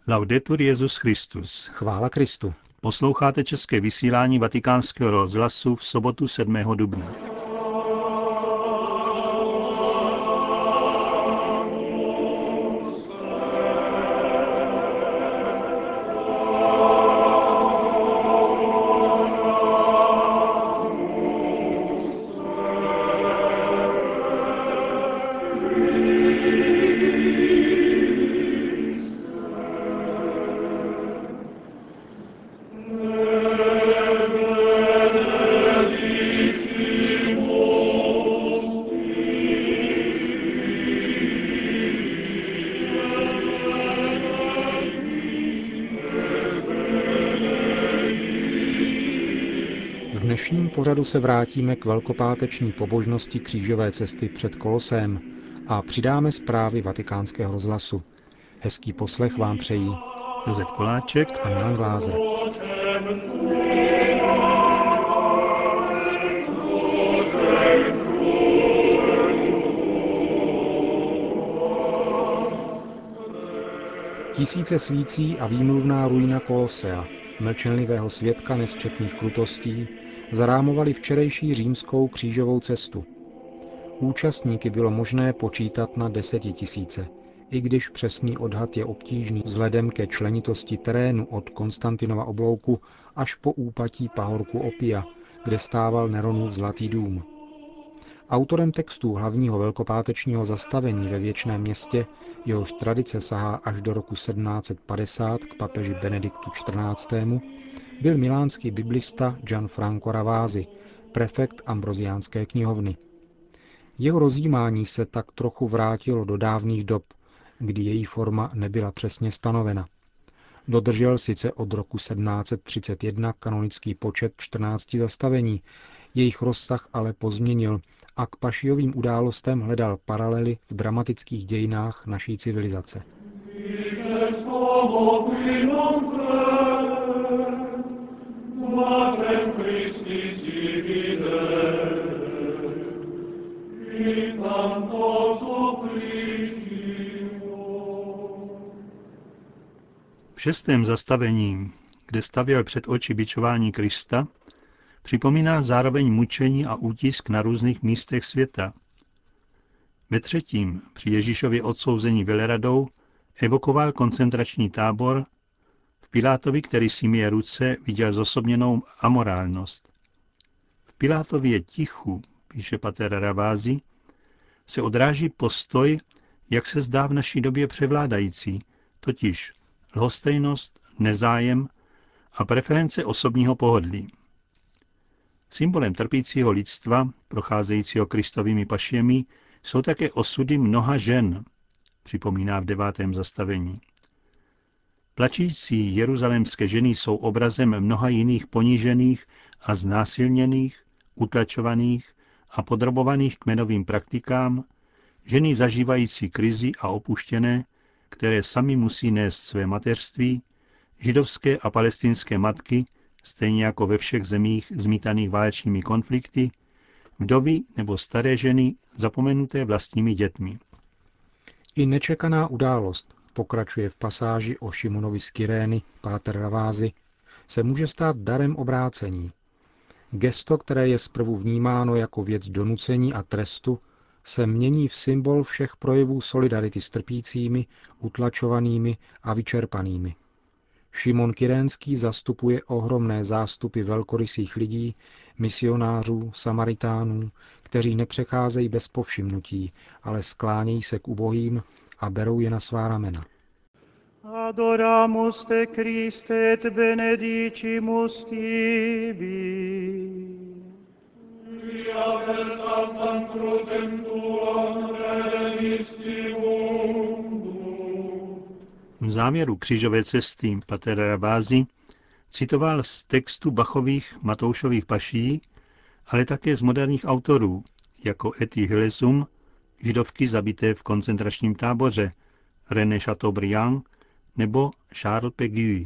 Laudetur Jesus Christus. Chvála Kristu. Posloucháte české vysílání Vatikánského rozhlasu v sobotu 7. dubna. V dnešním pořadu se vrátíme k velkopáteční pobožnosti křížové cesty před Kolosem a přidáme zprávy Vatikánského rozhlasu. Hezký poslech vám přejí Josef Koláček a Milan Glázer. Tisíce svící a výmluvná ruina Kolosea, mlčenlivého svědka nesčetných krutostí, zarámovali včerejší římskou křížovou cestu. Účastníky bylo možné počítat na 10 000, i když přesný odhad je obtížný vzhledem ke členitosti terénu od Konstantinova oblouku až po úpatí pahorku Opia, kde stával Neronův zlatý dům. Autorem textů hlavního velkopátečního zastavení ve Věčném městě, jehož tradice sahá až do roku 1750 k papeži Benediktu XIV., byl milánský biblista Gianfranco Ravasi, prefekt Ambroziánské knihovny. Jeho rozjímání se tak trochu vrátilo do dávných dob, kdy její forma nebyla přesně stanovena. Dodržel sice od roku 1731 kanonický počet 14 zastavení, jejich rozsah ale pozměnil a k pašiovým událostem hledal paralely v dramatických dějinách naší civilizace. V 6. zastavení, kde stavěl před oči bičování Krista, připomíná zároveň mučení a útisk na různých místech světa. Ve 3. při Ježíšově odsouzení veleradou evokoval koncentrační tábor, v Pilátovi, který si myje ruce, viděl zosobněnou amorálnost. V Pilátově tichu, píše pater Ravasi, se odráží postoj, jak se zdá v naší době převládající, totiž lhostejnost, nezájem a preference osobního pohodlí. Symbolem trpícího lidstva, procházejícího Kristovými paštěmi, jsou také osudy mnoha žen, připomíná v 9. zastavení. Plačící jeruzalémské ženy jsou obrazem mnoha jiných ponížených a znásilněných, utlačovaných a podrobovaných kmenovým praktikám, ženy zažívající krizi a opuštěné, které sami musí nést své mateřství, židovské a palestinské matky, stejně jako ve všech zemích zmítaných válečnými konflikty, vdovy nebo staré ženy zapomenuté vlastními dětmi. I nečekaná událost, pokračuje v pasáži o Šimonovi z Kyrény páter Ravasi, se může stát darem obrácení. Gesto, které je zprvu vnímáno jako věc donucení a trestu, se mění v symbol všech projevů solidarity s trpícími, utlačovanými a vyčerpanými. Šimon Kyrénský zastupuje ohromné zástupy velkorysých lidí, misionářů, Samaritánů, kteří nepřecházejí bez povšimnutí, ale sklánějí se k ubohým a berou je na svá ramena. Adoramus te Christe et benedicimus tibi. Via per sanctam crucem tuam redemisti mundo. V závěru křížové cesty pater Ravasi citoval z textu Bachových Matoušových paší, ale také z moderních autorů, jako Etty Hillesum, židovky zabité v koncentračním táboře, René Chateaubriand nebo Charles Péguy.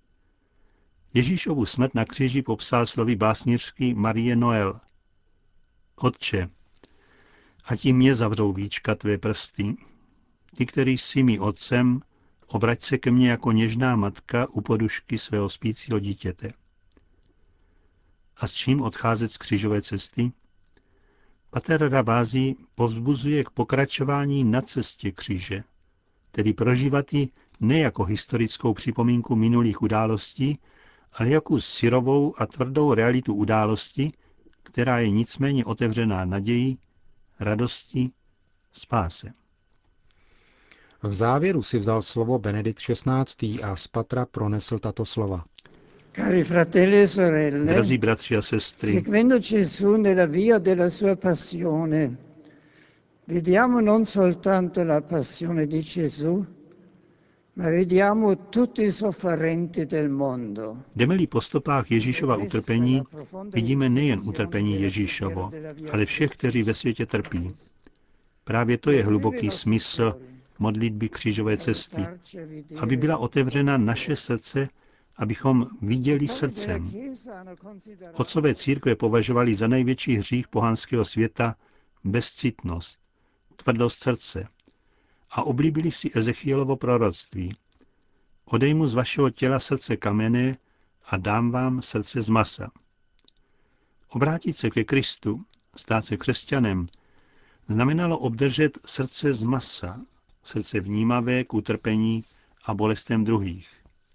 Ježíšovu smrt na kříži popsal slovy básnířky Marie Noël. Otče, ať i mě zavřou víčka tvé prsty, ty, který jsi mi otcem Obrať se ke mně jako něžná matka u podušky svého spícího dítěte. A s čím odcházet z křížové cesty? Pater Ravasi povzbuzuje k pokračování na cestě kříže, tedy prožívat ji ne jako historickou připomínku minulých událostí, ale jako syrovou a tvrdou realitu události, která je nicméně otevřená naději, radosti, spáse. V závěru si vzal slovo Benedikt XVI. A z patra pronesl tato slova. Cari fratelli e sorelle, Drazí bratři a sestry, seguendo Gesù nella via della sua passione, vediamo non soltanto la passione di Gesù, ma vediamo tutti i sofferenti del mondo. jdeme-li po stopách Ježíšova utrpení, vidíme nejen utrpení Ježíšovo, ale všech, kteří ve světě trpí. Právě to je hluboký smysl modlitby křížové cesty, aby byla otevřena naše srdce, abychom viděli srdcem. Otcové církve považovali za největší hřích pohanského světa bezcitnost, tvrdost srdce a oblíbili si Ezechielovo proroctví. Odejmu z vašeho těla srdce kamenné a dám vám srdce z masa. Obrátit se ke Kristu, stát se křesťanem, znamenalo obdržet srdce z masa, srdce vnímavé k utrpení a bolestem druhých.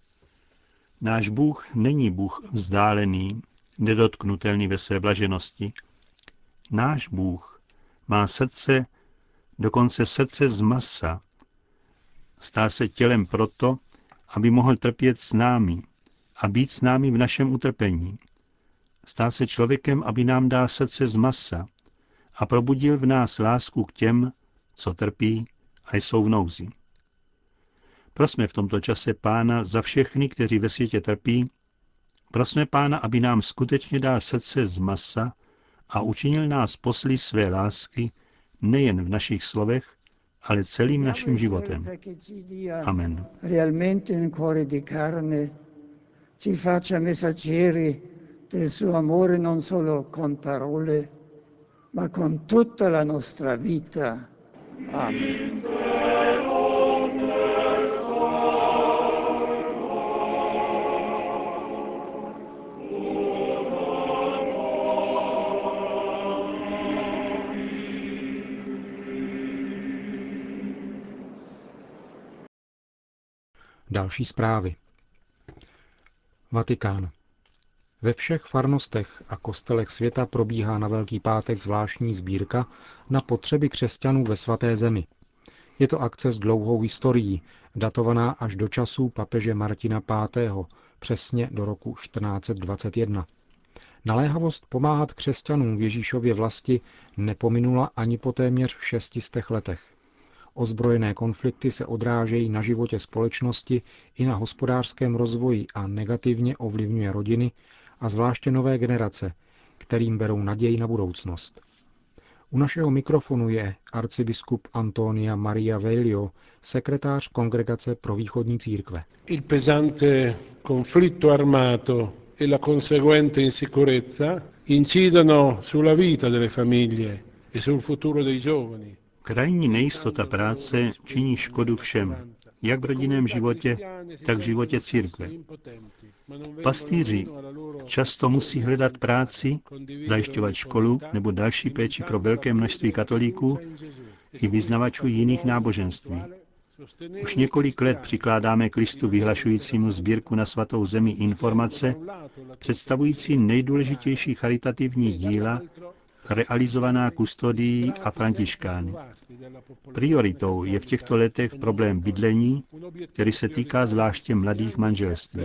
Náš Bůh není Bůh vzdálený, nedotknutelný ve své blaženosti. Náš Bůh má srdce, dokonce srdce z masa. Stál se tělem proto, aby mohl trpět s námi a být s námi v našem utrpení. Stál se člověkem, aby nám dal srdce z masa a probudil v nás lásku k těm, co trpí a jsou v nouzi. Prosme v tomto čase Pána za všechny, kteří ve světě trpí. Prosme Pána, aby nám skutečně dal srdce z masa a učinil nás posly své lásky nejen v našich slovech, ale celým naším životem. Amen. Realmente un cuore di carne ci faccia messaggeri del suo amore non solo con parole, ma con tutta la nostra vita. Amen. Další zprávy. Vatikán. Ve všech farnostech a kostelech světa probíhá na Velký pátek zvláštní sbírka na potřeby křesťanů ve svaté zemi. Je to akce s dlouhou historií, datovaná až do časů papeže Martina V., přesně do roku 1421. Naléhavost pomáhat křesťanům v Ježíšově vlasti nepominula ani po téměř 600 letech. Ozbrojené konflikty se odrážejí na životě společnosti i na hospodářském rozvoji a negativně ovlivňuje rodiny a zvláště nové generace, kterým berou naději na budoucnost. U našeho mikrofonu je arcibiskup Antonia Maria Veglio, sekretář Kongregace pro východní církve. Il pesante conflitto armato e la conseguente insicurezza incidono sulla vita delle famiglie e sul futuro dei giovani. Krajní nejistota práce činí škodu všem, jak v rodinném životě, tak v životě církve. Pastýři často musí hledat práci, zajišťovat školu nebo další péči pro velké množství katolíků i vyznavačů jiných náboženství. Už několik let přikládáme k listu vyhlašujícímu sbírku na svatou zemi informace, představující nejdůležitější charitativní díla, realizovaná kustodií a františkány. Prioritou je v těchto letech problém bydlení, který se týká zvláště mladých manželství.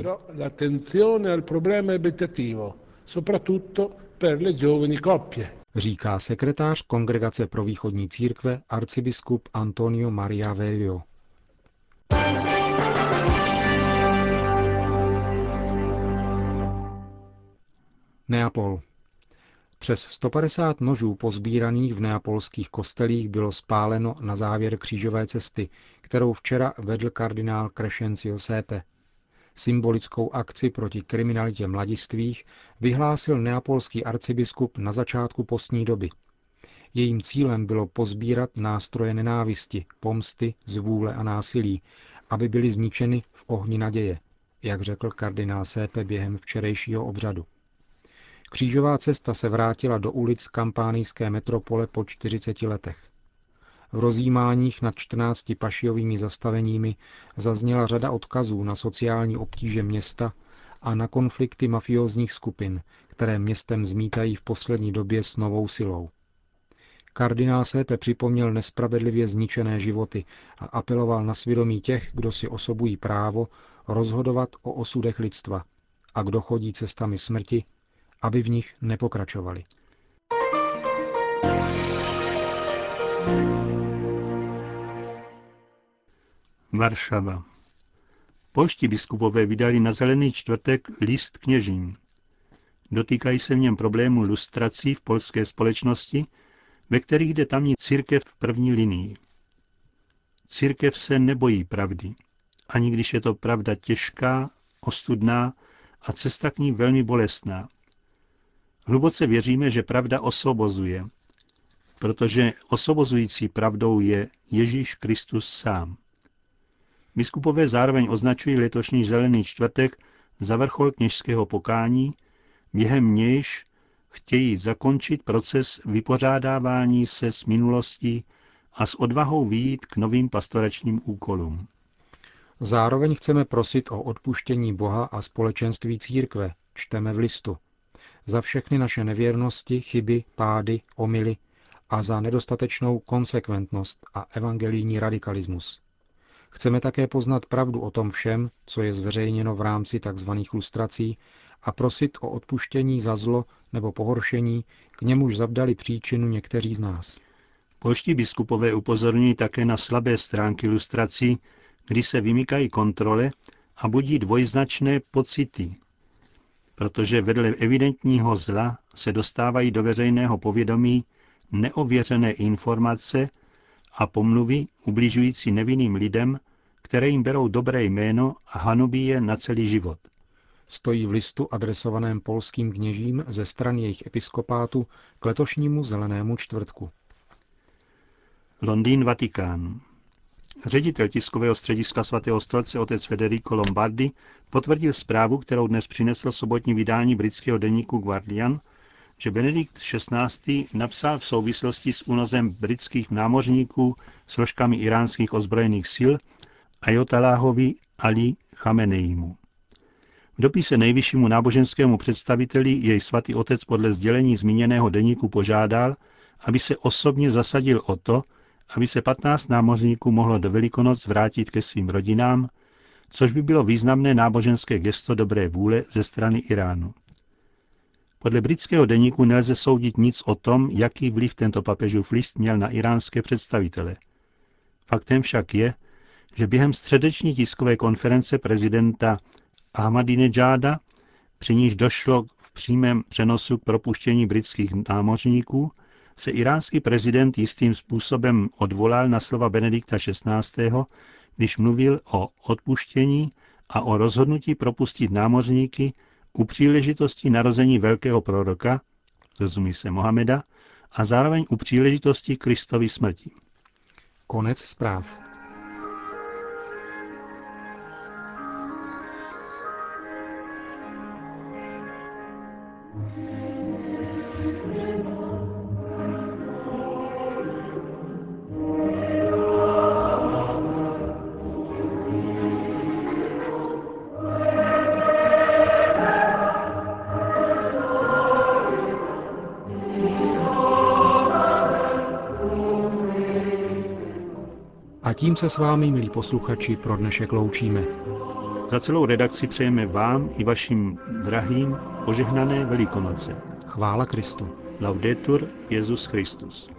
Říká sekretář Kongregace pro východní církve arcibiskup Antonio Maria Veglio. Neapol. Přes 150 nožů pozbíraných v neapolských kostelích bylo spáleno na závěr křížové cesty, kterou včera vedl kardinál Crescencio Sepe. Symbolickou akci proti kriminalitě mladistvých vyhlásil neapolský arcibiskup na začátku postní doby. Jejím cílem bylo pozbírat nástroje nenávisti, pomsty, zvůle a násilí aby byly zničeny v ohni naděje, jak řekl kardinál Sepe během včerejšího obřadu. Křížová cesta se vrátila do ulic kampánijské metropole po 40 letech. V rozjímáních nad 14 pašiovými zastaveními zazněla řada odkazů na sociální obtíže města a na konflikty mafiózních skupin, které městem zmítají v poslední době s novou silou. Kardinál Sepe připomněl nespravedlivě zničené životy a apeloval na svědomí těch, kdo si osobují právo rozhodovat o osudech lidstva a kdo chodí cestami smrti, aby v nich nepokračovali. Varšava. Polští biskupové vydali na Zelený čtvrtek list kněžím. Dotýkají se v něm problému lustrací v polské společnosti, ve kterých jde tamní církev v první linii. Církev se nebojí pravdy, ani když je to pravda těžká, ostudná a cesta k ní velmi bolestná. Hluboce věříme, že pravda osvobozuje, protože osvobozující pravdou je Ježíš Kristus sám. Biskupové zároveň označují letošní Zelený čtvrtek za vrchol kněžského pokání, během nějž chtějí zakončit proces vypořádávání se s minulostí a s odvahou vyjít k novým pastoračním úkolům. Zároveň chceme prosit o odpuštění Boha a společenství církve, čteme v listu, za všechny naše nevěrnosti, chyby, pády, omyly a za nedostatečnou konsekventnost a evangelijní radikalismus. Chceme také poznat pravdu o tom všem, co je zveřejněno v rámci tzv. Lustrací a prosit o odpuštění za zlo nebo pohoršení, k němuž zavdali příčinu někteří z nás. Polští biskupové upozorňují také na slabé stránky lustrací, kdy se vymykají kontrole a budí dvojznačné pocity, protože vedle evidentního zla se dostávají do veřejného povědomí neověřené informace a pomluvy ubližující nevinným lidem, které jim berou dobré jméno a hanobí je na celý život. Stojí v listu adresovaném polským kněžím ze strany jejich episkopátu k letošnímu Zelenému čtvrtku. Londýn, Vatikán. Ředitel tiskového střediska svatého stolce otec Federico Lombardi potvrdil zprávu, kterou dnes přinesl sobotní vydání britského deníku Guardian, že Benedikt XVI. Napsal v souvislosti s únozem britských námořníků složkami iránských ozbrojených sil Ajatoláhovi Ali Chameneimu. V dopise nejvyššímu náboženskému představiteli jej svatý otec podle sdělení zmíněného deníku požádal, aby se osobně zasadil o to, aby se 15 námořníků mohlo do Velikonoc vrátit ke svým rodinám, což by bylo významné náboženské gesto dobré vůle ze strany Iránu. Podle britského deníku nelze soudit nic o tom, jaký vliv tento papežův list měl na iránské představitele. Faktem však je, že během středeční tiskové konference prezidenta Ahmadinejáda, při níž došlo v přímém přenosu k propuštění britských námořníků, se iránský prezident jistým způsobem odvolal na slova Benedikta XVI., když mluvil o odpuštění a o rozhodnutí propustit námořníky u příležitosti narození velkého proroka, rozumí se Mohameda, a zároveň u příležitosti Kristovy smrti. Konec zpráv. A tím se s vámi, milí posluchači, pro dnešek loučíme. Za celou redakci přejeme vám i vašim drahým požehnané Velikonoce. Chvála Kristu. Laudetur Jesus Christus.